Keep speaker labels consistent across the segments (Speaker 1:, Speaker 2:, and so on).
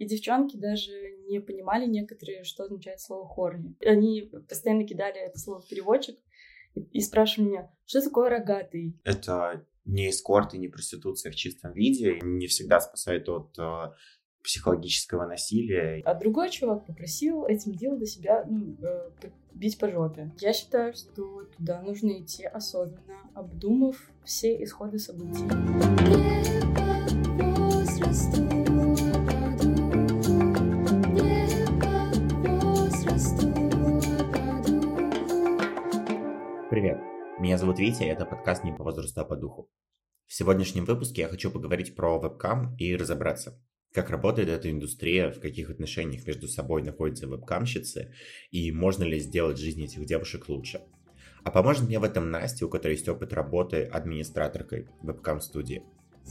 Speaker 1: И девчонки даже не понимали некоторые, что означает слово хорни. Они постоянно кидали это слово в переводчик и спрашивали меня, что такое рогатый?
Speaker 2: Это не эскорт и не проституция в чистом виде. Не всегда спасает от психологического насилия.
Speaker 1: А другой чувак попросил этим дилдо себя бить по жопе. Я считаю, что туда нужно идти осознанно, обдумав все исходы событий.
Speaker 2: Привет, меня зовут Витя, и это подкаст «Не по возрасту, а по духу». В сегодняшнем выпуске я хочу поговорить про вебкам и разобраться, как работает эта индустрия, в каких отношениях между собой находятся вебкамщицы и можно ли сделать жизнь этих девушек лучше. А поможет мне в этом Настя, у которой есть опыт работы администраторкой вебкам-студии.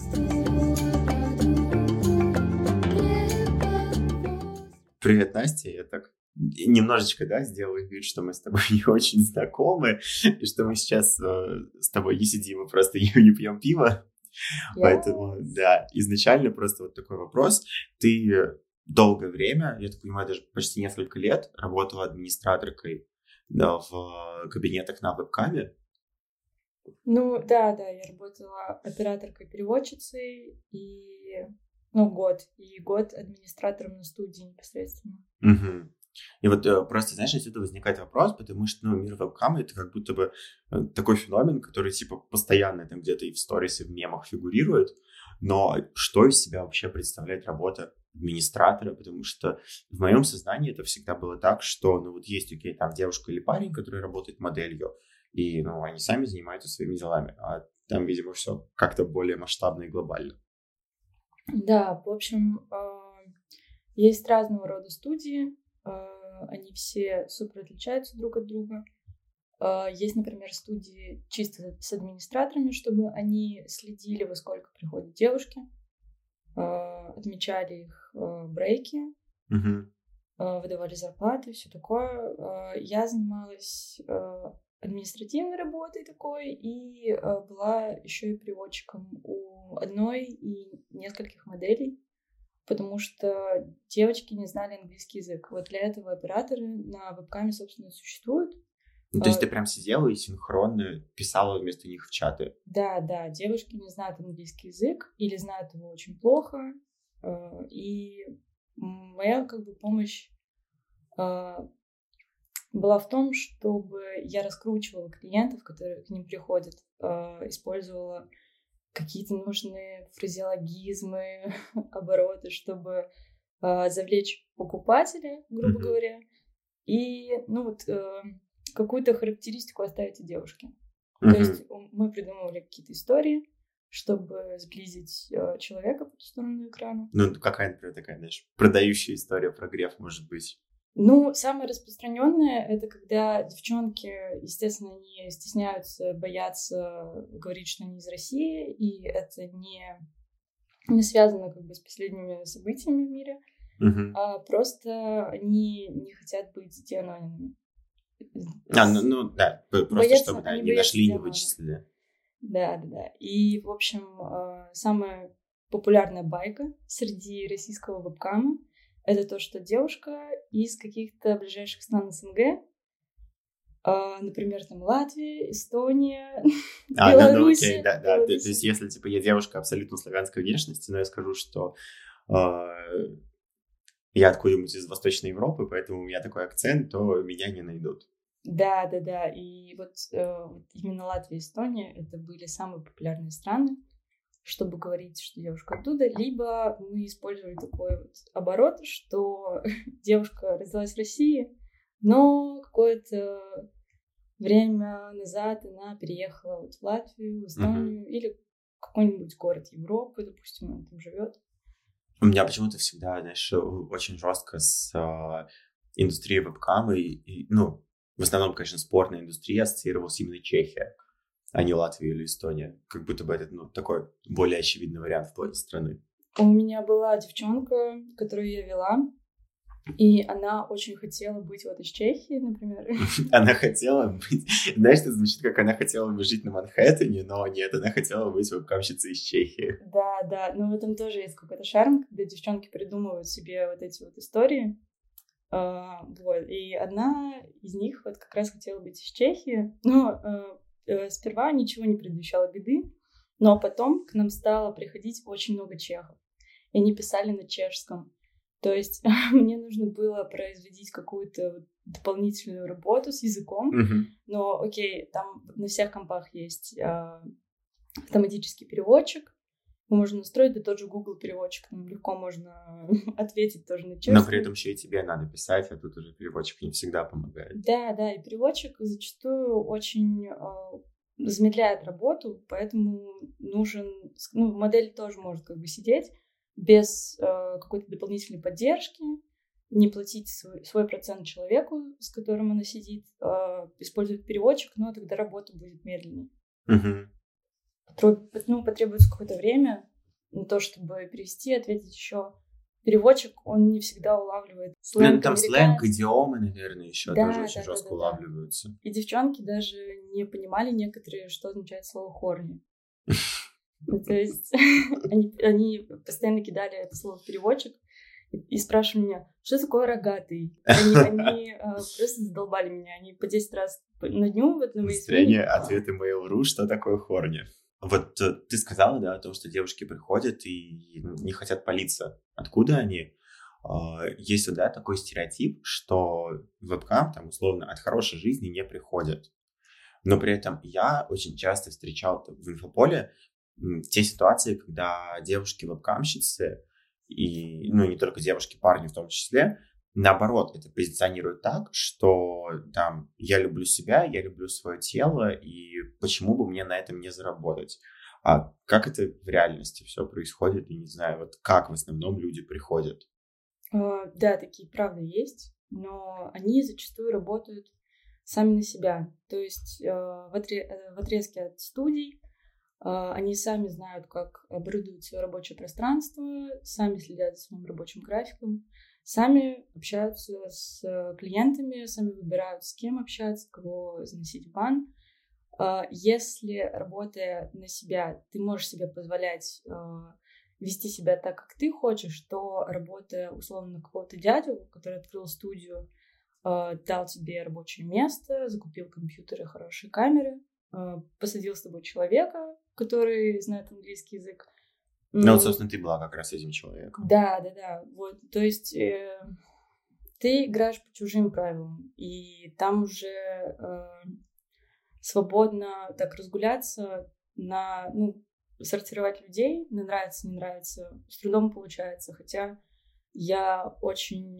Speaker 2: Привет, Настя, я так немножечко, сделаю вид, что мы с тобой не очень знакомы, и что мы сейчас с тобой не сидим и просто не пьем пиво. Поэтому, изначально просто вот такой вопрос. Ты долгое время, я так понимаю, даже почти несколько лет работала администраторкой в кабинетах на вебкаме.
Speaker 1: Да, я работала операторкой-переводчицей и год администратором на студии непосредственно.
Speaker 2: Угу. И вот просто, знаешь, отсюда возникает вопрос, потому что, мир вебкама — это как будто бы такой феномен, который, постоянно там где-то и в сторис, и в мемах фигурирует, но что из себя вообще представляет работа администратора, потому что в моем сознании это всегда было так, что, есть, там девушка или парень, который работает моделью, и, они сами занимаются своими делами, а там, видимо, все как-то более масштабно и глобально.
Speaker 1: Да, в общем, есть разного рода студии, они все супер отличаются друг от друга. Есть, например, студии чисто с администраторами, чтобы они следили, во сколько приходят девушки, отмечали их брейки, выдавали зарплаты, все такое. Я занималась административной работой такой и была еще и переводчиком у одной и нескольких моделей, потому что девочки не знали английский язык. Вот для этого операторы на вебкаме, собственно, существуют.
Speaker 2: То есть ты прям сидела и синхронно писала вместо них в чаты?
Speaker 1: Да, девушки не знают английский язык или знают его очень плохо. И моя помощь была в том, чтобы я раскручивала клиентов, которые к ним приходят, использовала какие-то нужные фразеологизмы, обороты, чтобы завлечь покупателя, грубо говоря, и какую-то характеристику оставить у девушки. То есть мы придумывали какие-то истории, чтобы сблизить человека по ту сторону экрана.
Speaker 2: Какая, например, такая, продающая история про греф может быть?
Speaker 1: Самое распространенное — это когда девчонки, естественно, не стесняются, боятся говорить, что они из России, и это не связано с последними событиями в мире, а просто они не хотят быть деанонимными.
Speaker 2: Просто боятся, чтобы не нашли, не вычислили.
Speaker 1: Да. И, в общем, самая популярная байка среди российского вебкама — это то, что девушка из каких-то ближайших стран СНГ, например, Латвия, Эстония, Беларусь.
Speaker 2: То есть, если, я девушка абсолютно славянской внешности, но я скажу, что я откуда-нибудь из Восточной Европы, поэтому у меня такой акцент, то меня не найдут.
Speaker 1: Да. И вот именно Латвия и Эстония — это были самые популярные страны, чтобы говорить, что девушка оттуда, либо мы использовали такой оборот, что девушка родилась в России, но какое-то время назад она переехала в Латвию, в Эстонию или в какой-нибудь город Европы, допустим, она там живет.
Speaker 2: У меня почему-то всегда, очень жестко с индустрией вебкама и в основном, конечно, спортная индустрия ассоциировалась именно Чехия, а не Латвия или Эстония. Как будто бы это такой более очевидный вариант в плане страны.
Speaker 1: У меня была девчонка, которую я вела. И она очень хотела быть вот из Чехии, например.
Speaker 2: Она хотела быть... Знаешь, это звучит, как она хотела бы жить на Манхэттене, но нет, она хотела быть вебкамщицей из Чехии.
Speaker 1: Да, но в этом тоже есть какой-то шарм, когда девчонки придумывают себе вот эти вот истории. Вот. И одна из них вот как раз хотела быть из Чехии. Но сперва ничего не предвещало беды, но потом к нам стало приходить очень много чехов. И они писали на чешском. То есть мне нужно было производить какую-то дополнительную работу с языком. Но окей, там на всех компах есть автоматический переводчик. Можно настроить, да тот же Google переводчик. Там легко можно ответить тоже на чешском.
Speaker 2: Но при этом еще и тебе надо писать, а тут уже переводчик не всегда помогает.
Speaker 1: Да, и переводчик зачастую очень замедляет работу, поэтому нужен... Ну, модель тоже может как бы сидеть без какой-то дополнительной поддержки, не платить свой процент человеку, с которым она сидит, использовать переводчик, но тогда работа будет медленнее. Потребуется какое-то время на то, чтобы перевести, ответить еще. Переводчик, он не всегда улавливает сленг.
Speaker 2: Ну, там сленг, идиомы, наверное, еще тоже очень жестко улавливаются.
Speaker 1: И девчонки даже не понимали некоторые, что означает слово «хорни». То есть они постоянно кидали это слово в переводчик и спрашивали меня, что такое рогатый? Они просто задолбали меня. Они по 10 раз на дню на моей
Speaker 2: смене. Ответы Mail.ru, что такое хорни? Вот ты сказала, да, о том, что девушки приходят и не хотят палиться. Откуда они? Есть вот, да, такой стереотип, что вебкам, там, условно, от хорошей жизни не приходят. Но при этом я очень часто встречал в инфополе те ситуации, когда девушки-вебкамщицы, и, ну, не только девушки, парни в том числе, наоборот, это позиционирует так, что там я люблю себя, я люблю свое тело, и почему бы мне на этом не заработать? А как это в реальности все происходит? И не знаю, вот как в основном люди приходят?
Speaker 1: Да, такие правда есть, но они зачастую работают сами на себя. То есть в отрезке от студий они сами знают, как оборудовать свое рабочее пространство, сами следят за своим рабочим графиком, сами общаются с клиентами, сами выбирают, с кем общаться, кого заносить в бан. Если, работая на себя, ты можешь себе позволять вести себя так, как ты хочешь, то, работая условно на какого-то дядю, который открыл студию, дал тебе рабочее место, закупил компьютеры, хорошие камеры, посадил с тобой человека, который знает английский язык.
Speaker 2: Ну, вот, собственно, ты была как раз этим человеком.
Speaker 1: Да. Вот, то есть ты играешь по чужим правилам, и там уже свободно так разгуляться, сортировать людей, на нравится, не нравится, с трудом получается. Хотя я очень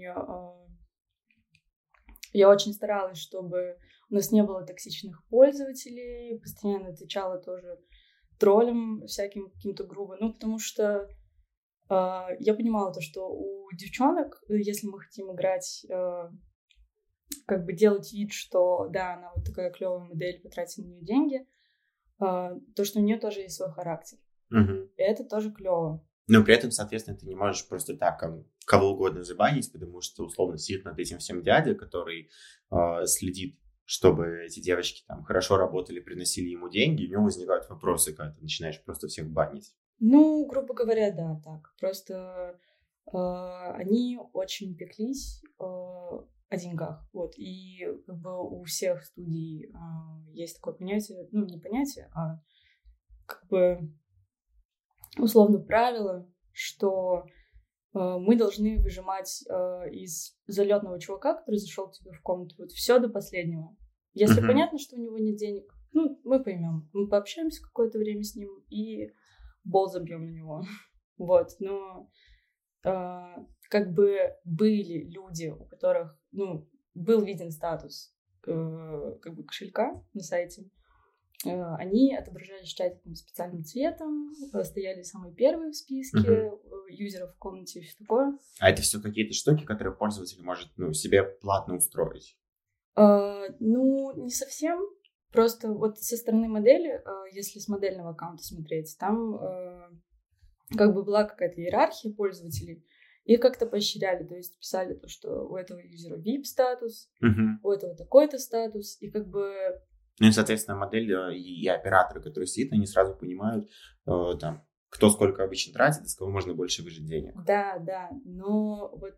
Speaker 1: старалась, чтобы у нас не было токсичных пользователей, постоянно отвечала тоже троллям всяким каким-то грубым, потому что я понимала то, что у девчонок, если мы хотим играть, как бы делать вид, что да, она вот такая клевая модель, потратить на нее деньги, то, что у нее тоже есть свой характер. И это тоже клево.
Speaker 2: Но при этом, соответственно, ты не можешь просто так кого угодно забанить, потому что, условно, сидит над этим всем дядя, который следит, чтобы эти девочки там хорошо работали, приносили ему деньги, и у него возникают вопросы, когда ты начинаешь просто всех банить.
Speaker 1: Ну, грубо говоря, да, так. Просто они очень пеклись о деньгах. Вот. И как бы у всех студий есть такое понятие, не понятие, а как бы условно правило, что мы должны выжимать из залетного чувака, который зашел к тебе в комнату, вот все до последнего. Если понятно, что у него нет денег, мы поймем. Мы пообщаемся какое-то время с ним и бол забьем на него. Вот, но как бы были люди, у которых, был виден статус как бы кошелька на сайте, они отображались тщательным специальным цветом, стояли самые первые в списке юзеров в комнате и все такое.
Speaker 2: А это все какие-то штуки, которые пользователь может себе платно устроить?
Speaker 1: Не совсем. Просто вот со стороны модели, если с модельного аккаунта смотреть, там как бы была какая-то иерархия пользователей, их как-то поощряли, то есть писали то, что у этого юзера VIP-статус,
Speaker 2: Мгм.
Speaker 1: у этого такой-то статус, и как бы...
Speaker 2: Ну и, соответственно, модель и операторы, которые сидят, они сразу понимают, там, кто сколько обычно тратит, и с кого можно больше выжать денег.
Speaker 1: Да, но вот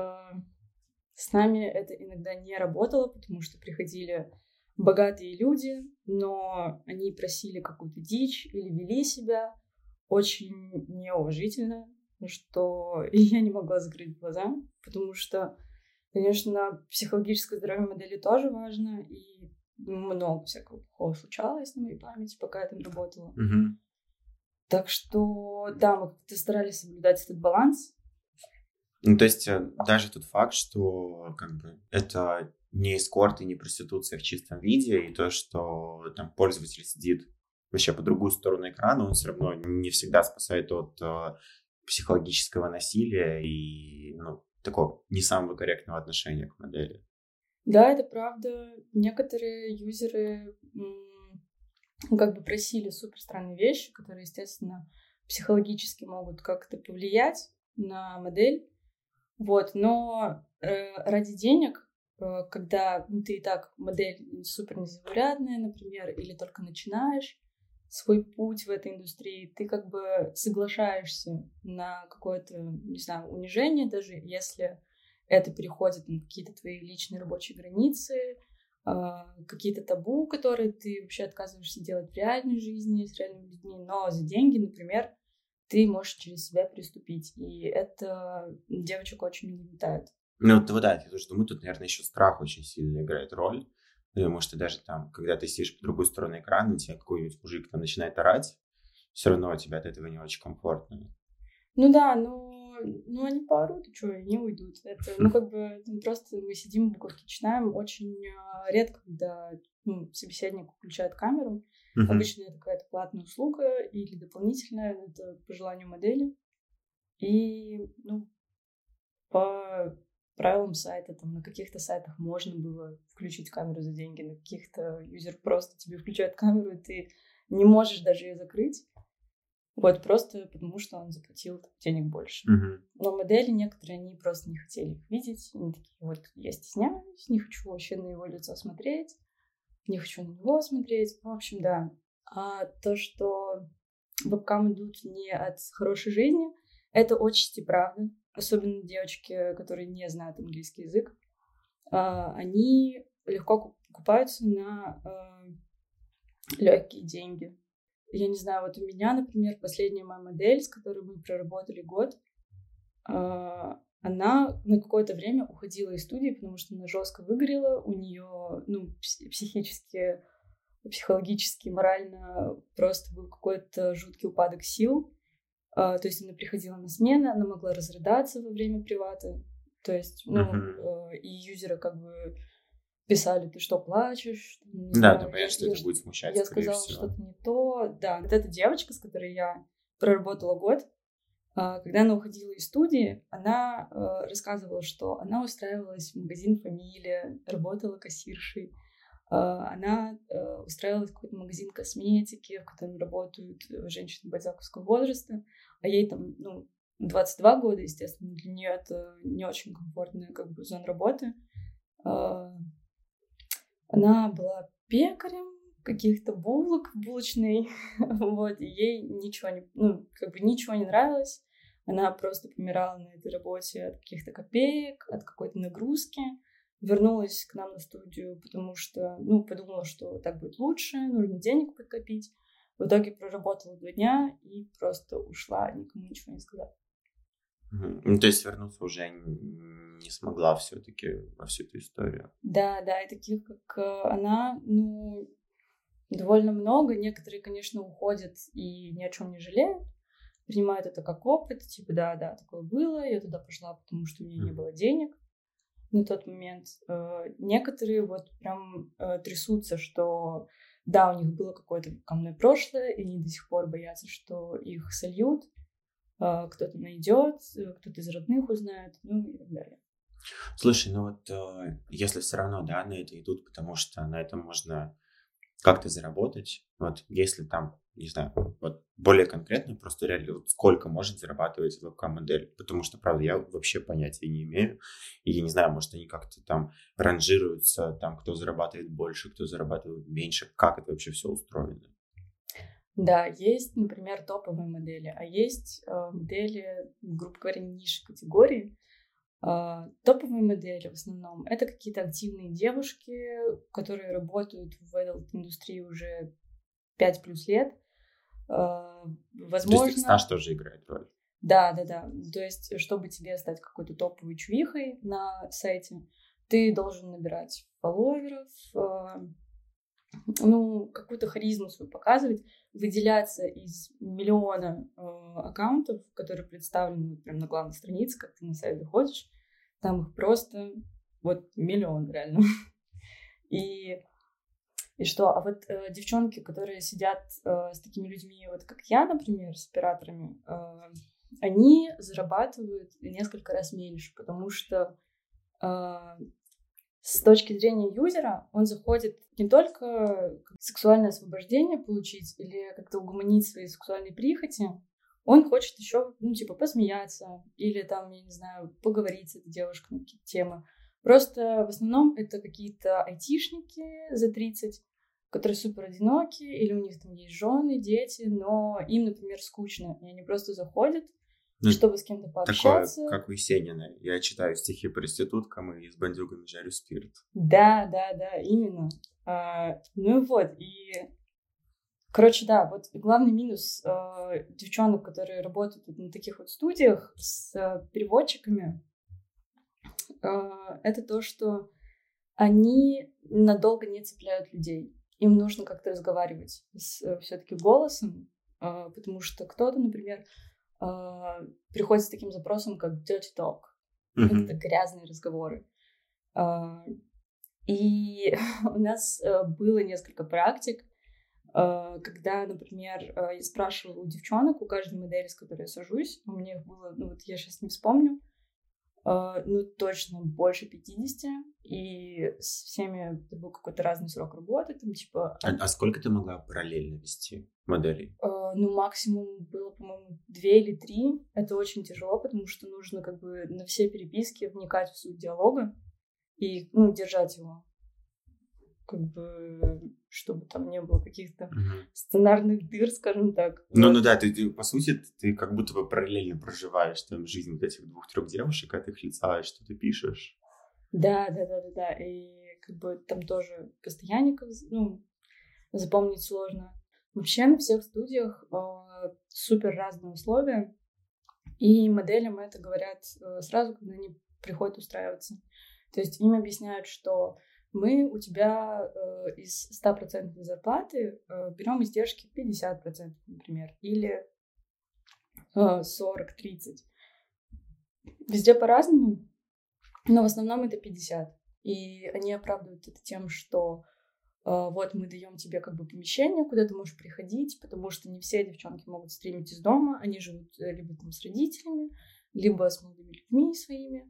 Speaker 1: с нами это иногда не работало, потому что приходили богатые люди, но они просили какую-то дичь или вели себя очень неуважительно, что я не могла закрыть глаза, потому что, конечно, психологическое здоровье модели тоже важно, и много всякого плохого случалось на моей памяти, пока я там работала.
Speaker 2: Мгм.
Speaker 1: Так что, да, мы как-то старались соблюдать этот баланс.
Speaker 2: Ну, то есть даже тот факт, что как бы это не эскорт и не проституция в чистом виде, и то, что там пользователь сидит вообще по другую сторону экрана, он все равно не всегда спасает от психологического насилия и такого не самого корректного отношения к модели.
Speaker 1: Да, это правда. Некоторые юзеры как бы просили супер странные вещи, которые, естественно, психологически могут как-то повлиять на модель. Вот, но ради денег, когда ты и так модель супер незаурядная, например, или только начинаешь свой путь в этой индустрии, ты как бы соглашаешься на какое-то, не знаю, унижение, даже если это переходит на какие-то твои личные рабочие границы, какие-то табу, которые ты вообще отказываешься делать в реальной жизни с реальными людьми, но за деньги, например, ты можешь через себя переступить, и это девочек очень угнетает.
Speaker 2: Ну, вот да, я тоже думаю, тут, наверное, еще страх очень сильно играет роль, потому что даже там, когда ты сидишь по другой стороне экрана, тебе какой-нибудь мужик там начинает орать, все равно тебе от этого не очень комфортно.
Speaker 1: Ну да, но они поорут, и что, они уйдут. Это, как бы, просто мы сидим, буковки читаем. Очень редко, когда собеседник включает камеру. Обычно это какая-то платная услуга или дополнительная, это по желанию модели. И, по правилам сайта, там, на каких-то сайтах можно было включить камеру за деньги, на каких-то юзер просто тебе включает камеру, и ты не можешь даже ее закрыть. Вот, просто потому что он заплатил денег больше. Но модели некоторые, они просто не хотели их видеть. Они такие, вот, я стесняюсь, не хочу вообще на его лицо смотреть, не хочу на него смотреть. В общем, да. А то, что вебкам идут не от хорошей жизни, это отчасти правда. Особенно девочки, которые не знают английский язык. Они легко купаются на легкие деньги. Я не знаю, вот у меня, например, последняя моя модель, с которой мы проработали год, она на какое-то время уходила из студии, потому что она жестко выгорела, у нее, психически, психологически, морально просто был какой-то жуткий упадок сил. То есть она приходила на смены, она могла разрыдаться во время привата. То есть, и юзеры как бы писали, ты что, плачешь?
Speaker 2: Да, ты понимаешь, что это будет смущать,
Speaker 1: я сказала, что-то не то. Да, вот эта девочка, с которой я проработала год, когда она уходила из студии, она рассказывала, что она устраивалась в магазин «Фамилия», работала кассиршей. Она устраивалась в какой-то магазин косметики, в котором работают женщины бальзаковского возраста, а ей там, 22 года, естественно, для нее это не очень комфортная как бы зона работы. Она была пекарем каких-то булок в булочной, вот, и ей ничего не нравилось. Она просто помирала на этой работе от каких-то копеек, от какой-то нагрузки. Вернулась к нам на студию, потому что, подумала, что так будет лучше, нужно денег подкопить. В итоге проработала 2 дня и просто ушла, никому ничего не сказала.
Speaker 2: То есть вернуться уже не смогла все-таки во всю эту историю.
Speaker 1: Да, и таких, как она, довольно много. Некоторые, конечно, уходят и ни о чем не жалеют, принимают это как опыт, типа, да, такое было, я туда пошла, потому что у меня не было денег на тот момент. Некоторые вот прям трясутся, что да, у них было какое-то каменное прошлое, и они до сих пор боятся, что их сольют, кто-то найдет, кто-то из родных узнает, и так далее.
Speaker 2: Слушай, если все равно, да, на это идут, потому что на этом можно как-то заработать, вот если там не знаю, вот более конкретно, просто реально, вот сколько может зарабатывать вебкам-модель, потому что, правда, я вообще понятия не имею, и я не знаю, может, они как-то там ранжируются, там, кто зарабатывает больше, кто зарабатывает меньше, как это вообще все устроено.
Speaker 1: Да, есть, например, топовые модели, а есть модели, грубо говоря, ниши категории. Топовые модели в основном это какие-то активные девушки, которые работают в adult-индустрии уже 5 плюс лет. Возможно...
Speaker 2: То есть стаж тоже играет роль.
Speaker 1: Да. То есть, чтобы тебе стать какой-то топовой чувихой на сайте, ты должен набирать фолловеров, какую-то харизму свою показывать, выделяться из миллиона аккаунтов, которые представлены прямо на главной странице, как ты на сайт заходишь, там их просто вот миллион реально. И что? А вот девчонки, которые сидят с такими людьми, вот как я, например, с операторами, они зарабатывают несколько раз меньше, потому что с точки зрения юзера он заходит не только сексуальное освобождение получить или как-то угомонить свои сексуальные прихоти, он хочет еще, посмеяться или там, я не знаю, поговорить с этой девушкой на какие-то темы. Просто в основном это какие-то айтишники за 30, которые супер одиноки, или у них там есть жены, дети, но им, например, скучно, и они просто заходят, чтобы с кем-то пообщаться.
Speaker 2: Такое, как у Есенина. Я читаю стихи проституткам и с бандюгами жарю спирт.
Speaker 1: Да, именно. Короче, да, вот главный минус девчонок, которые работают на таких вот студиях с переводчиками, это то, что они надолго не цепляют людей. Им нужно как-то разговаривать все-таки голосом, потому что кто-то, например, приходит с таким запросом, как dirty talk. Это грязные разговоры. И у нас было несколько практик, когда, например, я спрашивала у девчонок, у каждой модели, с которой я сажусь, у меня их было, я сейчас не вспомню, точно больше 50, и с всеми это был какой-то разный срок работы, там, типа...
Speaker 2: А сколько ты могла параллельно вести моделей?
Speaker 1: Максимум было, по-моему, 2 или 3. Это очень тяжело, потому что нужно как бы на все переписки вникать в суть диалога и, держать его, как бы, чтобы там не было каких-то сценарных дыр, скажем так.
Speaker 2: Да, ты, по сути, ты как будто бы параллельно проживаешь там жизнь вот этих 2-3 девушек от их лица, что ты пишешь.
Speaker 1: Да. И как бы там тоже постоянников, запомнить сложно. Вообще на всех студиях супер разные условия, и моделям это говорят сразу, когда они приходят устраиваться. То есть им объясняют, что мы у тебя из 100% зарплаты берем издержки 50%, например, или 40-30%. Везде по-разному, но в основном это 50%. И они оправдывают это тем, что вот мы даем тебе как бы помещение, куда ты можешь приходить, потому что не все девчонки могут стримить из дома, они живут либо там с родителями, либо с молодыми людьми своими,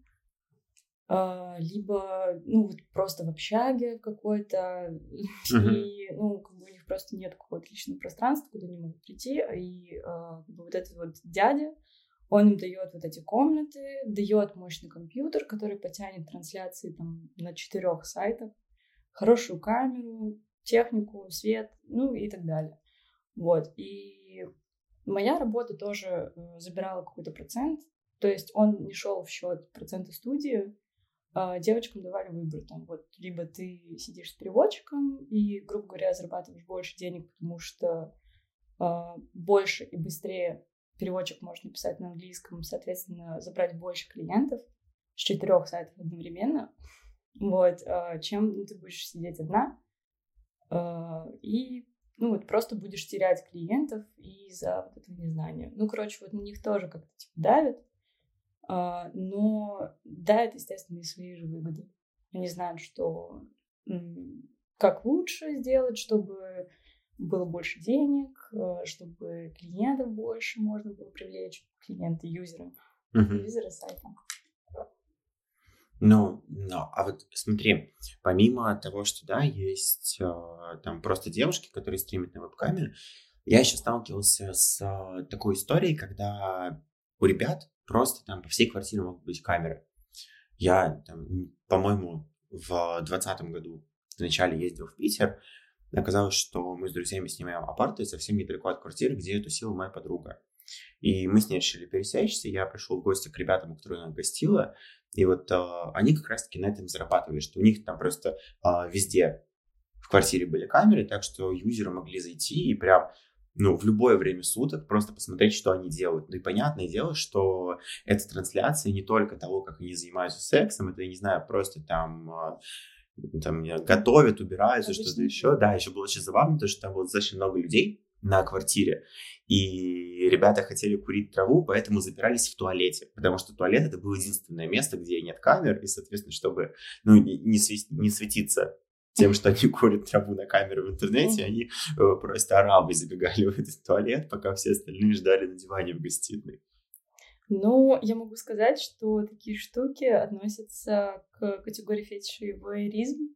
Speaker 1: либо, просто в общаге какой-то, и, как бы у них просто нет какого-то личного пространства, куда они могут прийти, и вот этот вот дядя, он им дает вот эти комнаты, дает мощный компьютер, который потянет трансляции там на 4 сайтах, хорошую камеру, технику, свет, и так далее. Вот, и моя работа тоже забирала какой-то процент, то есть он не шел в счет процента студии, девочкам давали выбор, там, вот, либо ты сидишь с переводчиком и, грубо говоря, зарабатываешь больше денег, потому что больше и быстрее переводчик может написать на английском, соответственно, забрать больше клиентов с 4 сайтов одновременно, вот, чем ты будешь сидеть одна и, просто будешь терять клиентов из-за вот этого незнания. Короче, вот на них тоже как-то, давят. Но да, это, естественно, и свои же выгоды. Они знают, что как лучше сделать, чтобы было больше денег, чтобы клиентов больше можно было привлечь, клиенты, юзеры, юзеры сайта.
Speaker 2: А вот смотри, помимо того, что, да, есть там просто девушки, которые стримят на вебкаме, Я еще сталкивался с такой историей, когда у ребят просто там по всей квартире могут быть камеры. Я, там, по-моему, в 2020 году вначале ездил в Питер. Оказалось, что мы с друзьями снимаем апарты совсем недалеко от квартиры, где тусила моя подруга. И мы с ней решили пересечься. Я пришел в гости к ребятам, которые она гостила. И вот они как раз-таки на этом зарабатывали, что у них там просто везде в квартире были камеры, так что юзеры могли зайти и прям в любое время суток просто посмотреть, что они делают. Ну и понятное дело, что это трансляция не только того, как они занимаются сексом, это, я не знаю, просто там готовят, убираются, что-то еще. Да, еще было очень забавно, то, что там было достаточно много людей на квартире, и ребята хотели курить траву, поэтому запирались в туалете, потому что туалет это было единственное место, где нет камер, и, соответственно, чтобы не светиться тем, что они курят траву на камеру в интернете, они просто арабы забегали в этот туалет, пока все остальные ждали на диване в гостиной.
Speaker 1: Ну, я могу сказать, что такие штуки относятся к категории фетиша и воэризм.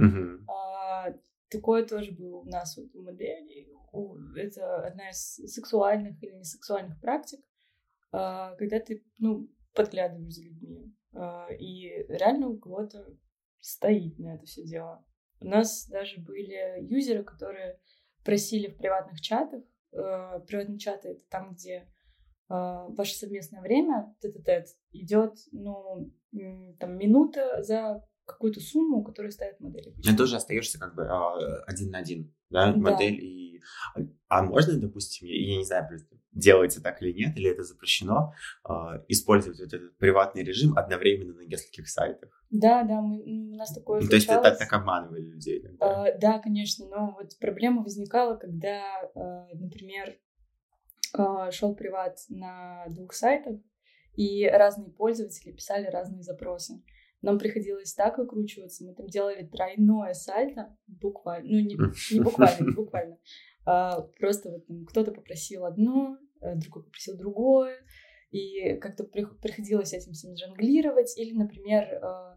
Speaker 1: Такое тоже было у нас вот в модели. Это одна из сексуальных или несексуальных практик, когда ты, подглядываешь за людьми. И реально у кого-то стоит на это все дело. У нас даже были юзеры, которые просили в приватных чатах. Приватные чаты — это там, где ваше совместное время, тет-а-тет, идет, там, минута за какую-то сумму, которую ставит модель.
Speaker 2: Ты тоже остаешься как бы один на один, да, модель. И... А можно, допустим, я не знаю, делается так или нет, или это запрещено, использовать вот этот приватный режим одновременно на нескольких сайтах?
Speaker 1: Да, у нас такое случалось.
Speaker 2: То есть это так обманывали людей?
Speaker 1: Да, конечно, но вот проблема возникала, когда, например, шел приват на 2 сайтах, и разные пользователи писали разные запросы. Нам приходилось так выкручиваться, мы там делали тройное сальто, буквально, не буквально. Просто вот там кто-то попросил одно, другой попросил другое, и как-то приходилось этим всем жонглировать. Или, например,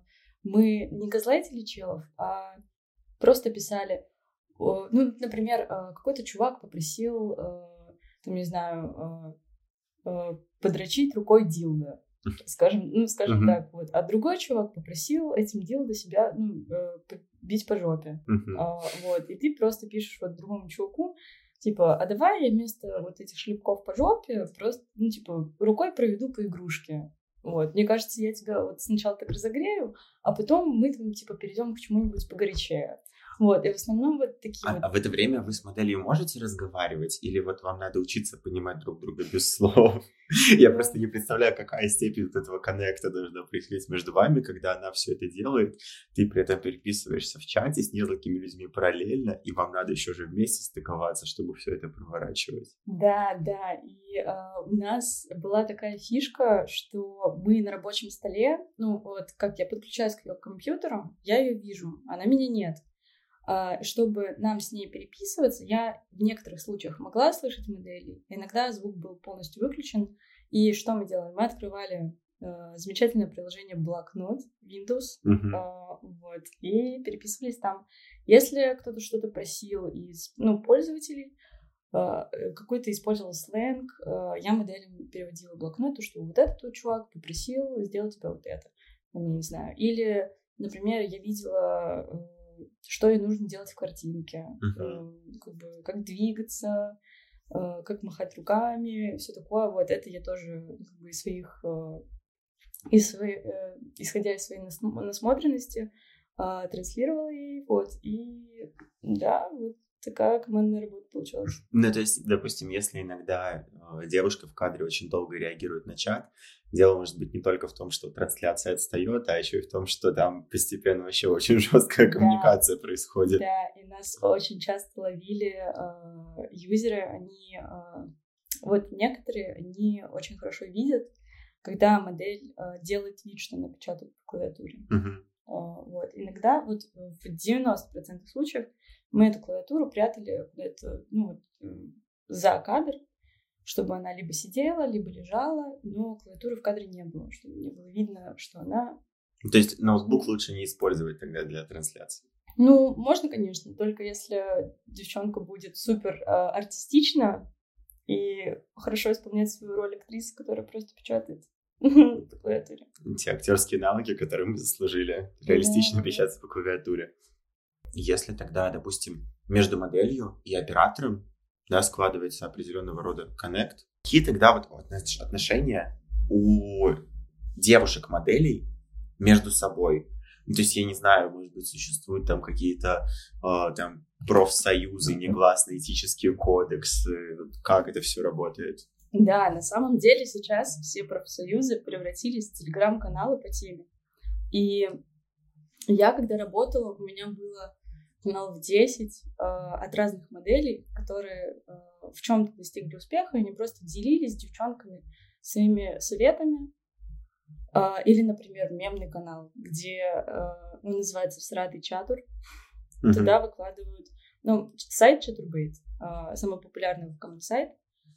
Speaker 1: мы не газлайтили челов, а просто писали, например, какой-то чувак попросил, не знаю, подрочить рукой дилдо, скажем так, вот. А другой чувак попросил этим дилдо себя, бить по жопе. Вот. И ты просто пишешь вот другому чуваку, типа, а давай я вместо вот этих шлепков по жопе просто, рукой проведу по игрушке. Вот. Мне кажется, я тебя вот сначала так разогрею, а потом мы там, перейдем к чему-нибудь погорячее. Вот, и в основном вот такие
Speaker 2: А в это время вы с моделью можете разговаривать? Или вот вам надо учиться понимать друг друга без слов? Я просто не представляю, какая степень этого коннекта должна происходить между вами, когда она все это делает. Ты при этом переписываешься в чате с несколькими людьми параллельно, и вам надо еще же вместе стыковаться, чтобы все это проворачивать.
Speaker 1: Да. И у нас была такая фишка, что мы на рабочем столе, вот как я подключаюсь к ее компьютеру, я ее вижу, а на меня нет. Чтобы нам с ней переписываться, я в некоторых случаях могла слышать модели, иногда звук был полностью выключен. И что мы делали? Мы открывали замечательное приложение блокнот Windows, вот, и переписывались там. Если кто-то что-то просил из пользователей, какой-то использовал сленг, я моделям переводила блокнот, что вот этот чувак попросил сделать тебе вот это. Не знаю. Или, например, я видела... что ей нужно делать в картинке, как двигаться, как махать руками, все такое. Вот это я тоже исходя из своей насмотренности транслировала ей. Вот. И да, вот такая командная работа получилась.
Speaker 2: То есть, допустим, если иногда девушка в кадре очень долго реагирует на чат, дело может быть не только в том, что трансляция отстает, а еще и в том, что там постепенно вообще очень жесткая коммуникация происходит.
Speaker 1: Да, и нас очень часто ловили юзеры, они, вот некоторые, они очень хорошо видят, когда модель делает вид, что она печатает в клавиатуре. Вот. Иногда, вот в 90% случаев, мы эту клавиатуру прятали куда-то, за кадр, чтобы она либо сидела, либо лежала, но клавиатуры в кадре не было, чтобы не было видно, что она...
Speaker 2: То есть ноутбук лучше не использовать тогда для трансляции?
Speaker 1: Ну, можно, конечно, только если девчонка будет супер артистична и хорошо исполнять свою роль актрисы, которая просто печатает по клавиатуре.
Speaker 2: Те актерские навыки, которые мы заслужили, реалистично печатать по клавиатуре. Если тогда, допустим, между моделью и оператором, да, складывается определенного рода коннект, какие тогда вот отношения у девушек-моделей между собой? Ну, то есть, я не знаю, может быть, существуют там какие-то там профсоюзы, негласные этические кодексы, как это все работает?
Speaker 1: Да, на самом деле сейчас все профсоюзы превратились в телеграм-каналы по теме. И я, когда работала, у меня было каналов 10 от разных моделей, которые в чем-то достигли успеха, и они просто делились с девчонками своими советами. Или, например, мемный канал, где он называется «Всратый чатур». Туда выкладывают... Ну, сайт Chaturbate, самый популярный сайт.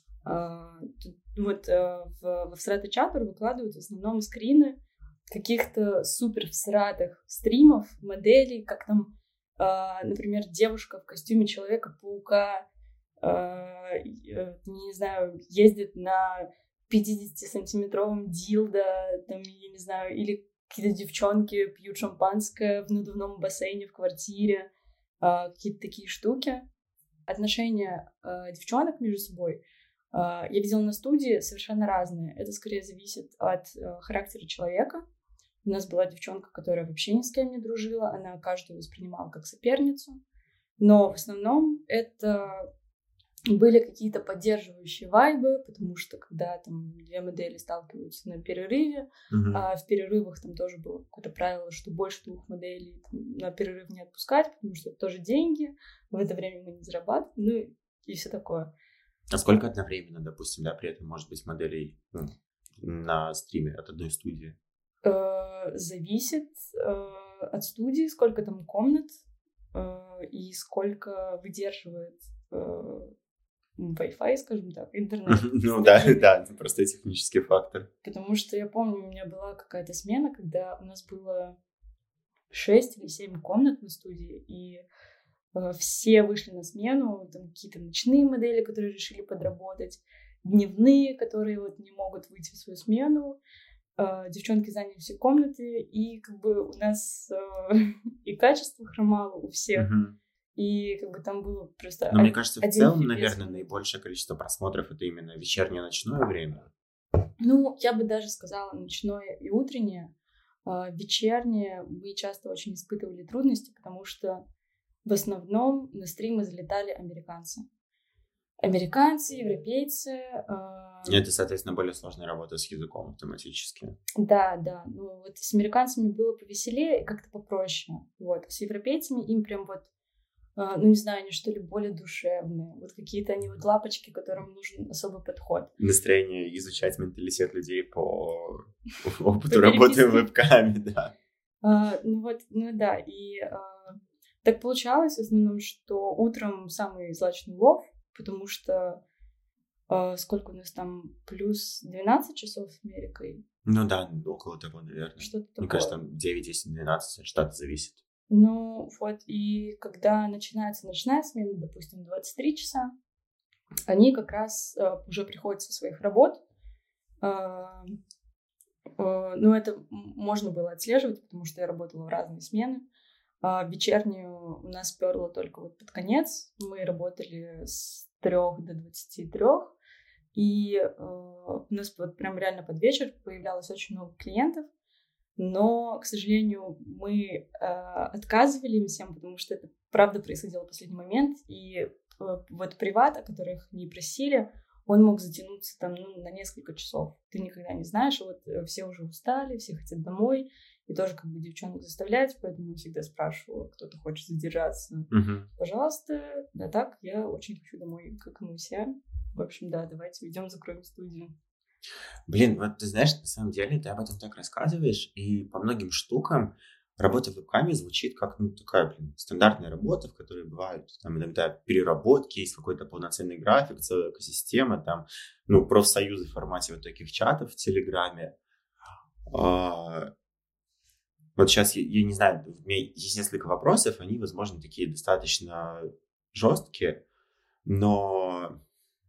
Speaker 1: Вот во «Всратый чатур» выкладывают в основном скрины каких-то супер всратых стримов, моделей, как там, например, девушка в костюме Человека-паука, не знаю, ездит на 50-сантиметровом дилдо, там, я не знаю, или какие-то девчонки пьют шампанское в надувном бассейне в квартире, какие-то такие штуки. Отношения девчонок между собой я видела на студии совершенно разные. Это скорее зависит от характера человека. У нас была девчонка, которая вообще ни с кем не дружила, она каждую воспринимала как соперницу, но в основном это были какие-то поддерживающие вайбы, потому что когда там две модели сталкиваются на перерыве, а в перерывах там тоже было какое-то правило, что больше 2 моделей там, на перерыв не отпускать, потому что это тоже деньги, в это время мы не зарабатываем, ну и все такое.
Speaker 2: А сколько одновременно, допустим, да, при этом может быть моделей на стриме от одной студии?
Speaker 1: Зависит от студии, сколько там комнат и сколько выдерживает Wi-Fi, скажем так, интернет.
Speaker 2: Ну да, это просто технический фактор.
Speaker 1: Потому что я помню, у меня была какая-то смена, когда у нас было 6 или 7 комнат на студии, и все вышли на смену, там какие-то ночные модели, которые решили подработать, дневные, которые вот не могут выйти в свою смену. Девчонки заняли все комнаты, и как бы у нас и качество хромало у всех, и как бы там было просто...
Speaker 2: Но мне кажется, в целом, наверное, наибольшее количество просмотров это именно вечернее, ночное время.
Speaker 1: Ну, я бы даже сказала ночное и утреннее. Вечернее мы часто очень испытывали трудности, потому что в основном на стримы залетали американцы. Американцы, европейцы.
Speaker 2: Это, соответственно, более сложная работа с языком автоматически.
Speaker 1: Да. Ну, вот с американцами было повеселее и как-то попроще. Вот. А с европейцами им прям вот, ну, не знаю, они что ли более душевные. Вот какие-то они вот лапочки, которым нужен особый подход.
Speaker 2: Настроение изучать менталитет людей по опыту работы в вебкаме, да.
Speaker 1: Ну да, и так получалось в основном, что утром самый злачный улов, потому что сколько у нас там, плюс 12 часов с Америкой?
Speaker 2: Ну да, около того, наверное.
Speaker 1: Что-то такое.
Speaker 2: Мне кажется, там 9, 10, 12, от штата зависит.
Speaker 1: Ну вот, и когда начинается ночная смена, допустим, 23 часа, они как раз уже приходят со своих работ. Ну, это можно было отслеживать, потому что я работала в разные смены. Вечернюю у нас перло только вот под конец. Мы работали с 3 до 23. И у нас вот прям реально под вечер появлялось очень много клиентов. Но, к сожалению, мы отказывали им всем, потому что это правда происходило в последний момент. И вот приват, о которых не просили, он мог затянуться там, на несколько часов. Ты никогда не знаешь, вот все уже устали, все хотят домой. И тоже как бы девчонок заставлять, поэтому я всегда спрашивала, кто-то хочет задержаться. Пожалуйста, да так, я очень хочу домой, как и мы все. В общем, да, давайте идем закроем студию.
Speaker 2: Блин, вот ты знаешь, на самом деле ты об этом так рассказываешь, и по многим штукам работа в вебкаме звучит как, такая, стандартная работа, в которой бывают там иногда переработки, есть какой-то полноценный график, целая экосистема, там, профсоюзы в формате вот таких чатов в Телеграме. Вот сейчас, я не знаю, у меня есть несколько вопросов, они, возможно, такие достаточно жесткие, но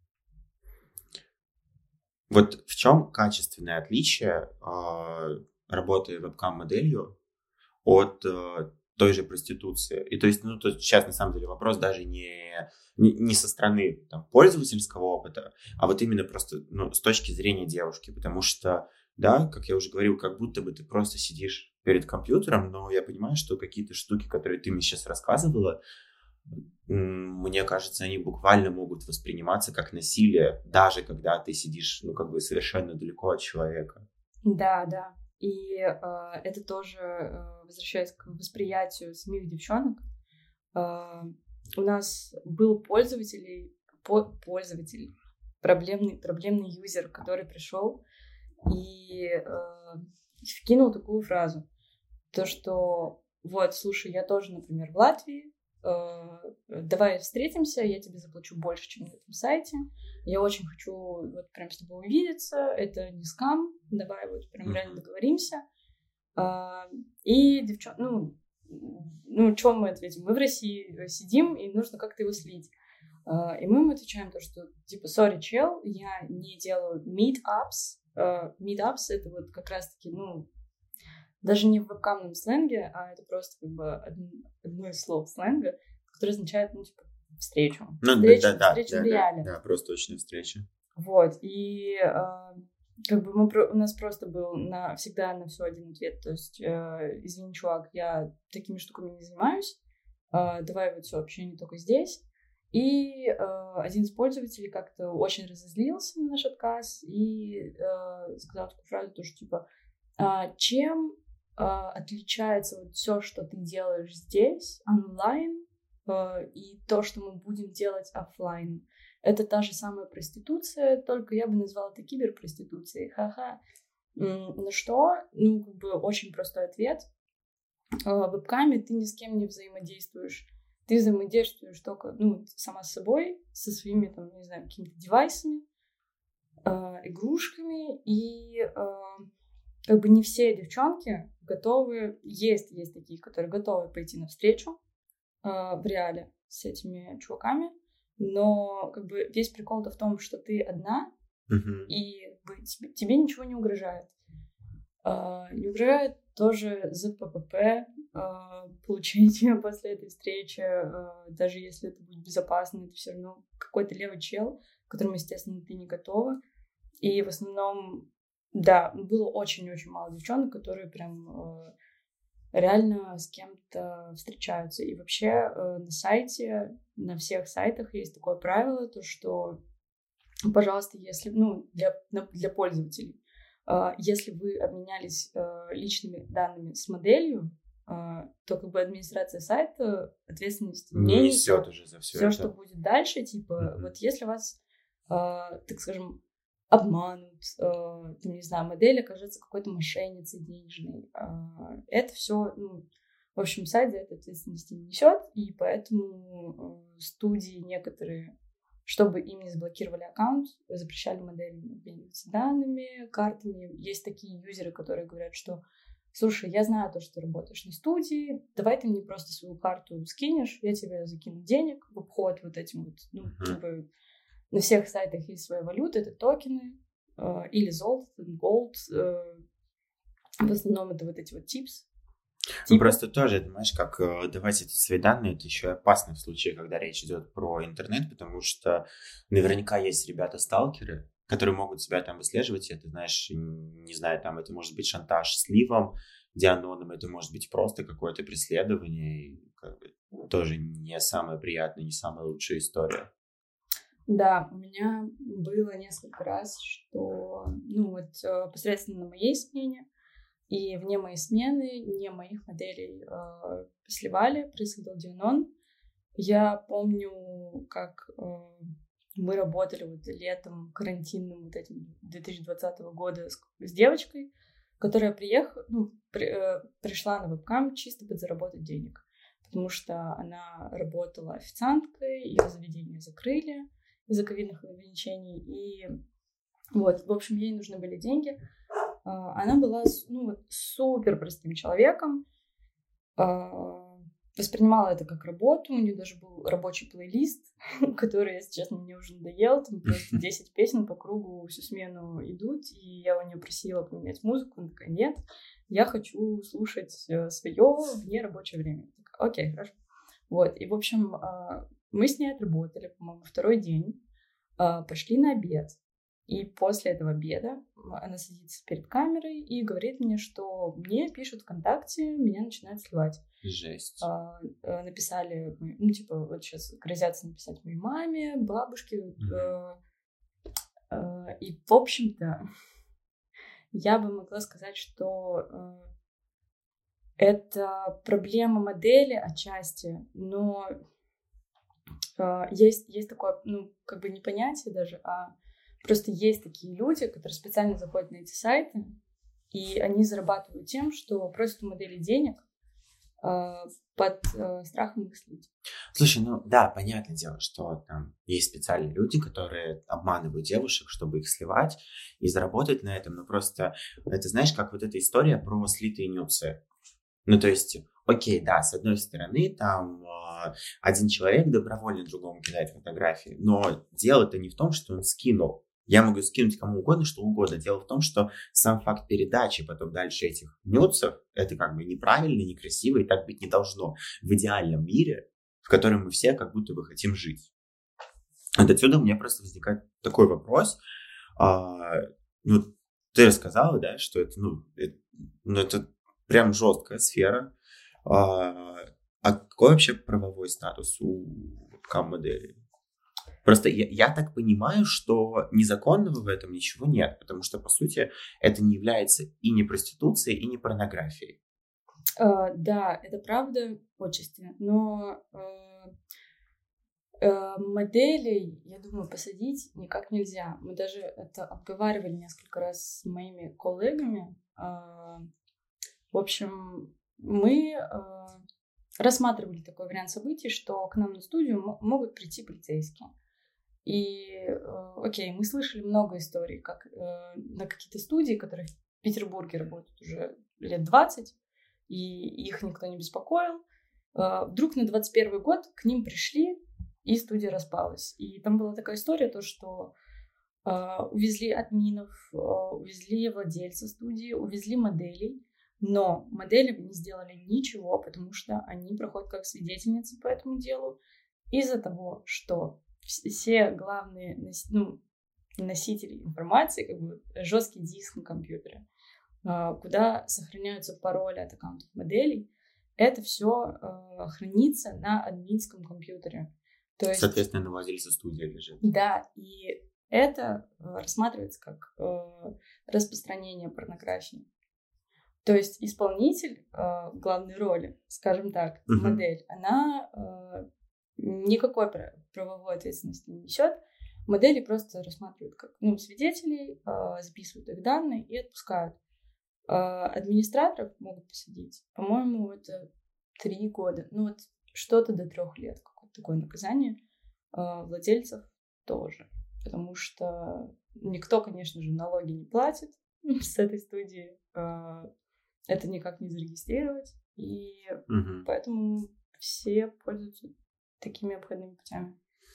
Speaker 2: вот в чем качественное отличие работы вебкам-моделью от той же проституции? И то есть, ну, то сейчас на самом деле вопрос даже не со стороны там, пользовательского опыта, а вот именно просто ну, с точки зрения девушки, потому что, да, как я уже говорил, как будто бы ты просто сидишь перед компьютером, но я понимаю, что какие-то штуки, которые ты мне сейчас рассказывала, мне кажется, они буквально могут восприниматься как насилие, даже когда ты сидишь, ну, как бы совершенно далеко от человека.
Speaker 1: Да, да. И это тоже возвращаясь к восприятию самих девчонок. У нас был пользователь, проблемный юзер, который пришел и вкинул такую фразу. То, что вот, слушай, я тоже, например, в Латвии, давай встретимся, я тебе заплачу больше, чем на этом сайте. Я очень хочу вот прям с тобой увидеться, это не скам, давай вот прям реально договоримся. И девчонки, ну, что мы ответим? Мы в России сидим, и нужно как-то его слить. И мы ему отвечаем то, что, типа, sorry, чел, я не делаю meetups. Meetups — это вот как раз-таки, ну, даже не в вебкамном сленге, а это просто как бы одно из слов сленга, которое означает, ну, типа, встречу.
Speaker 2: Ну,
Speaker 1: встречу в реале.
Speaker 2: Да, просто точная встреча.
Speaker 1: Вот, и как бы у нас просто был всегда на все один ответ, то есть, извини, чувак, я такими штуками не занимаюсь, давай вот все общение только здесь. И один из пользователей как-то очень разозлился на наш отказ и сказал такую фразу, то, что типа, чем отличается вот все, что ты делаешь здесь, онлайн, и то, что мы будем делать офлайн. Это та же самая проституция, только я бы назвала это киберпроституцией. Ха-ха. На что? Ну, как бы очень простой ответ. В вебкаме ты ни с кем не взаимодействуешь. Ты взаимодействуешь только, ну, сама с собой, со своими, там, не знаю, какими-то девайсами, игрушками, и как бы не все девчонки готовы, есть такие, которые готовы пойти навстречу в реале с этими чуваками, но как бы весь прикол-то в том, что ты одна, и тебе ничего не угрожает. Не угрожает тоже ЗППП, получение после этой встречи, даже если это будет безопасно, это все равно какой-то левый чел, к которому, естественно, ты не готова. И в основном, да, было очень-очень мало девчонок, которые прям реально с кем-то встречаются. И вообще на сайте, на всех сайтах есть такое правило, то что, пожалуйста, если, ну, для пользователей, если вы обменялись личными данными с моделью, то как бы администрация сайта ответственность не
Speaker 2: несет уже за все это.
Speaker 1: Что будет дальше, типа, вот если вас, так скажем, обманут, не знаю, модель окажется какой-то мошенницей денежной, это все, ну, в общем, сайт за это ответственности не несет, и поэтому студии некоторые, чтобы им не заблокировали аккаунт, запрещали моделям обмениваться данными, картами. Есть такие юзеры, которые говорят, что слушай, я знаю то, что ты работаешь на студии, давай ты мне просто свою карту скинешь, я тебе закину денег в обход вот этим вот, ну, как бы на всех сайтах есть своя валюта, это токены или золото, gold, в основном это вот эти вот tips.
Speaker 2: Ну, просто тоже, понимаешь, как давать эти свои данные, это еще опасно в случае, когда речь идет про интернет, потому что наверняка есть ребята-сталкеры, которые могут себя там выслеживать, и это, знаешь, не знаю, там это может быть шантаж сливом, дианоном, это может быть просто какое-то преследование, и как бы тоже не самая приятная, не самая лучшая история.
Speaker 1: Да, у меня было несколько раз, что, ну вот, посредственно на моей смене и вне моей смены не моих моделей сливали, происходил дианон. Я помню, как мы работали вот летом карантинным вот этим 2020 года с девочкой, которая пришла на вебкам чисто подзаработать денег, потому что она работала официанткой, ее заведение закрыли из-за ковидных ограничений, и вот, в общем, ей нужны были деньги, Она была супер простым человеком, воспринимала это как работу, у нее даже был рабочий плейлист, который, если честно, мне уже надоел, там просто 10 песен по кругу всю смену идут, и я у нее просила поменять музыку, она такая, нет, я хочу слушать свое в нерабочее время. Я такая, окей, хорошо. Вот, и, в общем, мы с ней отработали, по-моему, второй день, пошли на обед. И после этого обеда она садится перед камерой и говорит мне, что мне пишут ВКонтакте, меня начинают сливать.
Speaker 2: Жесть.
Speaker 1: Написали, вот сейчас грозятся написать моей маме, бабушке. И, в общем-то, я бы могла сказать, что это проблема модели отчасти, но есть такое, не понятие даже, а просто есть такие люди, которые специально заходят на эти сайты, и они зарабатывают тем, что просят у модели денег под страхом их слить.
Speaker 2: Слушай, да, понятное дело, что там есть специальные люди, которые обманывают девушек, чтобы их сливать и заработать на этом, но просто это, знаешь, как вот эта история про слитые нюцы. То есть, окей, да, с одной стороны, там один человек добровольно другому кидает фотографии, но дело-то не в том, что он скинул. Я могу скинуть кому угодно, что угодно. Дело в том, что сам факт передачи потом дальше этих нюцев, это как бы неправильно, некрасиво, и так быть не должно в идеальном мире, в котором мы все как будто бы хотим жить. Вот отсюда у меня просто возникает такой вопрос. Ты рассказала, да, что это, это прям жесткая сфера. А какой вообще правовой статус у кам-моделей? Просто я так понимаю, что незаконного в этом ничего нет, потому что, по сути, это не является и не проституцией, и не порнографией.
Speaker 1: Да, это правда отчасти, но моделей, я думаю, посадить никак нельзя. Мы даже это обговаривали несколько раз с моими коллегами. В общем, мы рассматривали такой вариант событий, что к нам на студию могут прийти полицейские. И, окей, мы слышали много историй, как на какие-то студии, которые в Петербурге работают уже лет 20, и их никто не беспокоил. Вдруг на 21 год к ним пришли, и студия распалась. И там была такая история, то, что увезли админов, увезли владельца студии, увезли моделей, но модели не сделали ничего, потому что они проходят как свидетельницы по этому делу из-за того, что все главные носители информации, как бы жесткий диск на компьютере, куда сохраняются пароли от аккаунтов моделей, это все хранится на админском компьютере. То есть,
Speaker 2: соответственно, на владельце студии лежит.
Speaker 1: Да, и это рассматривается как распространение порнографии. То есть исполнитель главной роли, скажем так, модель, она никакой правовой ответственности не несет. Модели просто рассматривают как свидетелей, записывают их данные и отпускают. Администраторов могут посадить, по-моему, это 3 года. Что-то до 3 лет, какое-то такое наказание. Владельцев тоже. Потому что никто, конечно же, налоги не платит с этой студии. Это никак не зарегистрировать. И поэтому все пользуются такими обходными путями.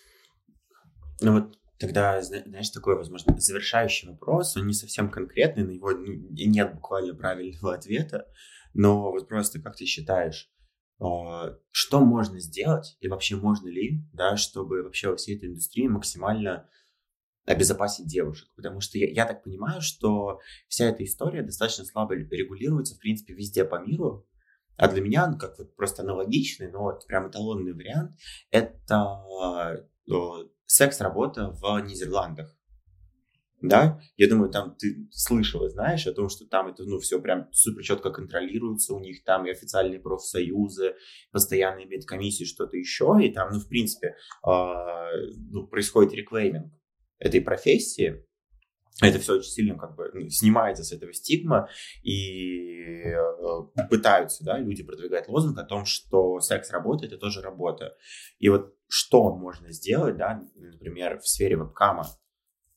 Speaker 2: Тогда, знаешь, такой, возможно, завершающий вопрос, он не совсем конкретный, на него нет буквально правильного ответа, но вот просто как ты считаешь, что можно сделать и вообще можно ли, да, чтобы вообще во всей этой индустрии максимально обезопасить девушек? Потому что я так понимаю, что вся эта история достаточно слабо регулируется, в принципе, везде по миру. А для меня, как вот просто аналогичный, но вот прям эталонный вариант, это секс-работа в Нидерландах. Да, я думаю, там ты слышала, знаешь, о том, что там это, все прям супер четко контролируется, у них там и официальные профсоюзы, постоянные медкомиссии, что-то еще, и там, в принципе, происходит реклейминг этой профессии. Это все очень сильно снимается с этого стигма, и пытаются, да, люди продвигать лозунг о том, что секс-работа — это тоже работа. И вот что можно сделать, да, например, в сфере вебкама,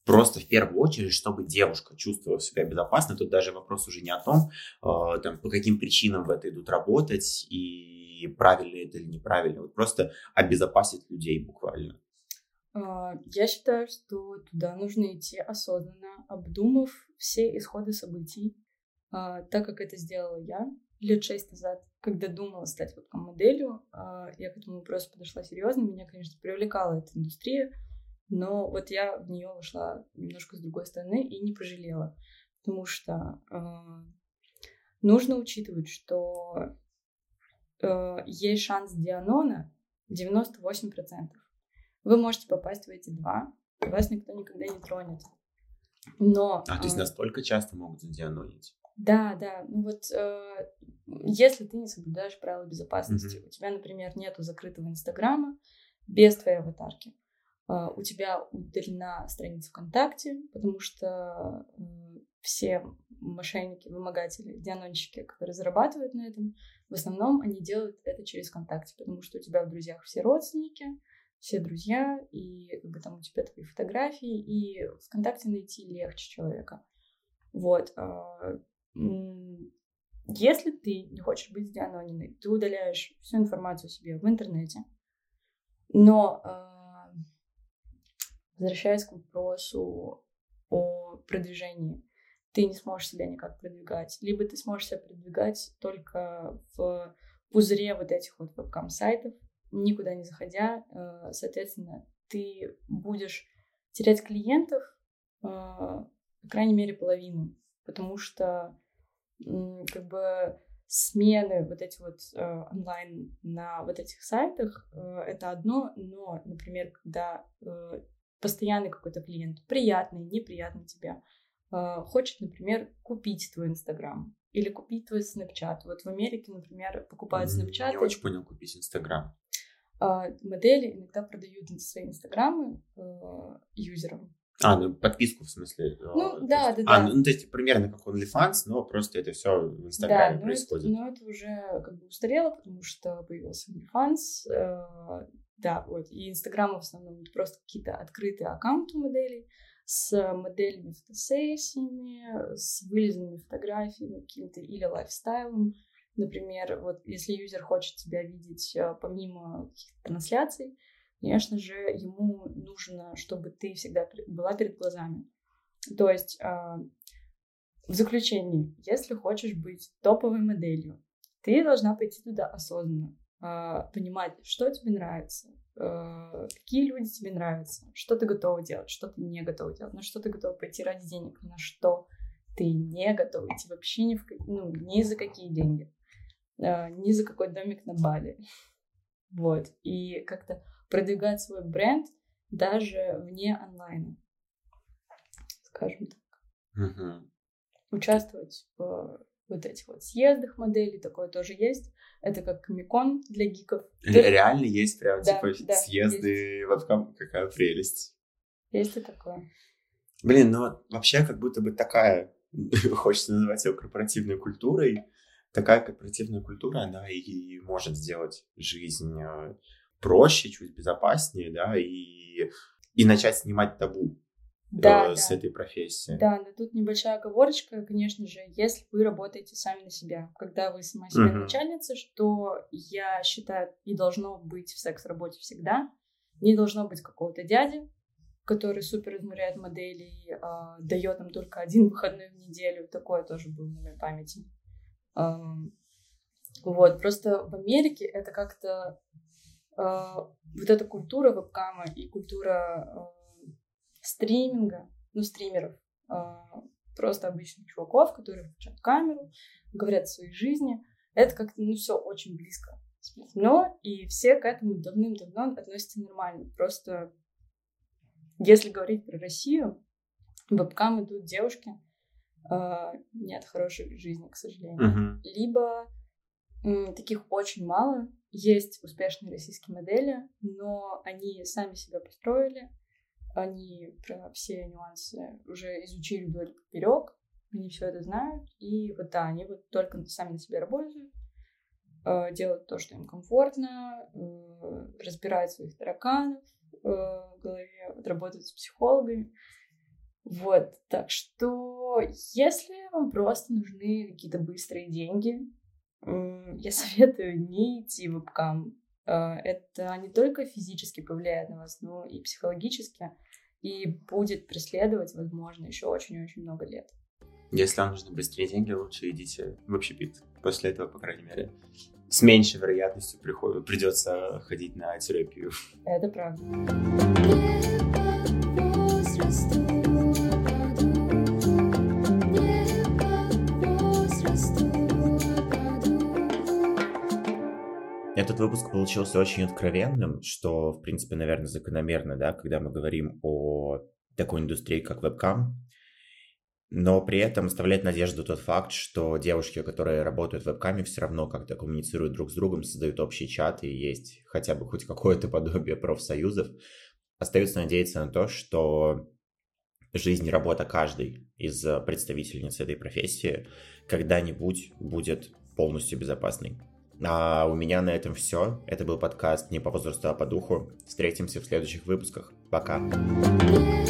Speaker 2: просто в первую очередь, чтобы девушка чувствовала себя безопасно. Тут даже вопрос уже не о том, там, по каким причинам в это идут работать и правильно это или неправильно. Вот просто обезопасить людей буквально.
Speaker 1: Я считаю, что туда нужно идти осознанно, обдумав все исходы событий, так как это сделала я лет 6 назад, когда думала стать вебкам-моделью. Я к этому вопросу подошла серьезно. Меня, конечно, привлекала эта индустрия, но вот я в нее вошла немножко с другой стороны и не пожалела, потому что нужно учитывать, что есть шанс Дианона 98%. Вы можете попасть в эти 2, и вас никто никогда не тронет. Но...
Speaker 2: то есть настолько часто могут задианонить?
Speaker 1: Да. Ну вот, если ты не соблюдаешь правила безопасности, у тебя, например, нету закрытого Инстаграма без твоей аватарки, у тебя удалена страница ВКонтакте, потому что все мошенники, вымогатели, дианонщики, которые зарабатывают на этом, в основном они делают это через ВКонтакте, потому что у тебя в друзьях все родственники, все друзья, и как бы там у тебя твои фотографии, и ВКонтакте найти легче человека. Вот. Если ты не хочешь быть дианониной, ты удаляешь всю информацию о себе в интернете. Но, возвращаясь к вопросу о продвижении, ты не сможешь себя никак продвигать. Либо ты сможешь себя продвигать только в пузыре вот этих вот вебкам-сайтов, никуда не заходя. Соответственно, ты будешь терять клиентов, по крайней мере, половину. Потому что как бы смены вот эти вот онлайн на вот этих сайтах это одно, но, например, когда постоянный какой-то клиент, приятный, неприятный тебя, хочет, например, купить твой Инстаграм или купить твой Снэпчат. Вот в Америке, например, покупают Снэпчат.
Speaker 2: Не очень понял, купить Инстаграм.
Speaker 1: Модели иногда продают свои Инстаграмы юзерам.
Speaker 2: Ну подписку в смысле.
Speaker 1: Ну, да.
Speaker 2: Ну, то есть примерно как OnlyFans, но просто это все в Инстаграме происходит.
Speaker 1: Но это уже как бы устарело, потому что появился OnlyFans. Да, вот. И Инстаграм в основном это просто какие-то открытые аккаунты моделей с моделями фотосессиями, с вылизанными фотографиями каким-то или лайфстайлом. Например, вот если юзер хочет тебя видеть помимо каких-то трансляций, конечно же, ему нужно, чтобы ты всегда была перед глазами. То есть, в заключении, если хочешь быть топовой моделью, ты должна пойти туда осознанно, понимать, что тебе нравится, какие люди тебе нравятся, что ты готова делать, что ты не готова делать, на что ты готова пойти ради денег, на что ты не готова идти вообще ни за какие деньги, ни за какой домик на Бали. Вот. И как-то продвигать свой бренд даже вне онлайна, скажем так. Участвовать в вот этих вот съездах моделей, такое тоже есть. Это как Комик-кон для гиков.
Speaker 2: Реально есть прям,
Speaker 1: да,
Speaker 2: съезды
Speaker 1: есть.
Speaker 2: вебкам, какая прелесть.
Speaker 1: Есть и такое.
Speaker 2: Блин, ну вообще как будто бы такая, хочется называть ее корпоративной культурой, такая корпоративная культура, она и может сделать жизнь проще, чуть безопаснее, да, и начать снимать табу с этой профессии.
Speaker 1: Да, но тут небольшая оговорочка, конечно же, если вы работаете сами на себя, когда вы сама себе начальница, что я считаю и должно быть в секс-работе всегда, не должно быть какого-то дяди, который супер измеряет моделей, дает нам только 1 выходной в неделю, такое тоже было на моей памяти. Вот, просто в Америке это как-то вот эта культура вебкама и культура стриминга, стримеров, просто обычных чуваков, которые включают камеру, говорят о своей жизни, это как-то, все очень близко. Но и все к этому давным-давно относятся нормально. Просто если говорить про Россию, в вебкам идут девушки, нет хорошей жизни, к сожалению. Либо таких очень мало. Есть успешные российские модели, но они сами себя построили, они про все нюансы уже изучили вдоль и поперек, они все это знают, и вот да, они вот только сами на себе работают, делают то, что им комфортно, разбирают своих тараканов в голове, вот работают с психологами, Вот, так что, если вам просто нужны какие-то быстрые деньги, я советую не идти в вебкам. Это не только физически повлияет на вас, но и психологически, и будет преследовать, возможно, еще очень-очень много лет.
Speaker 2: Если вам нужны быстрее деньги, лучше идите в общепит. После этого, по крайней мере, с меньшей вероятностью придется ходить на терапию.
Speaker 1: Это правда.
Speaker 3: Этот выпуск получился очень откровенным, что, в принципе, наверное, закономерно, да, когда мы говорим о такой индустрии, как вебкам. Но при этом оставляет надежду тот факт, что девушки, которые работают в вебкаме, все равно как-то коммуницируют друг с другом, создают общие чаты, и есть хотя бы хоть какое-то подобие профсоюзов. Остается надеяться на то, что жизнь и работа каждой из представительниц этой профессии когда-нибудь будет полностью безопасной. А у меня на этом все. Это был подкаст «Не по возрасту, а по духу». Встретимся в следующих выпусках. Пока.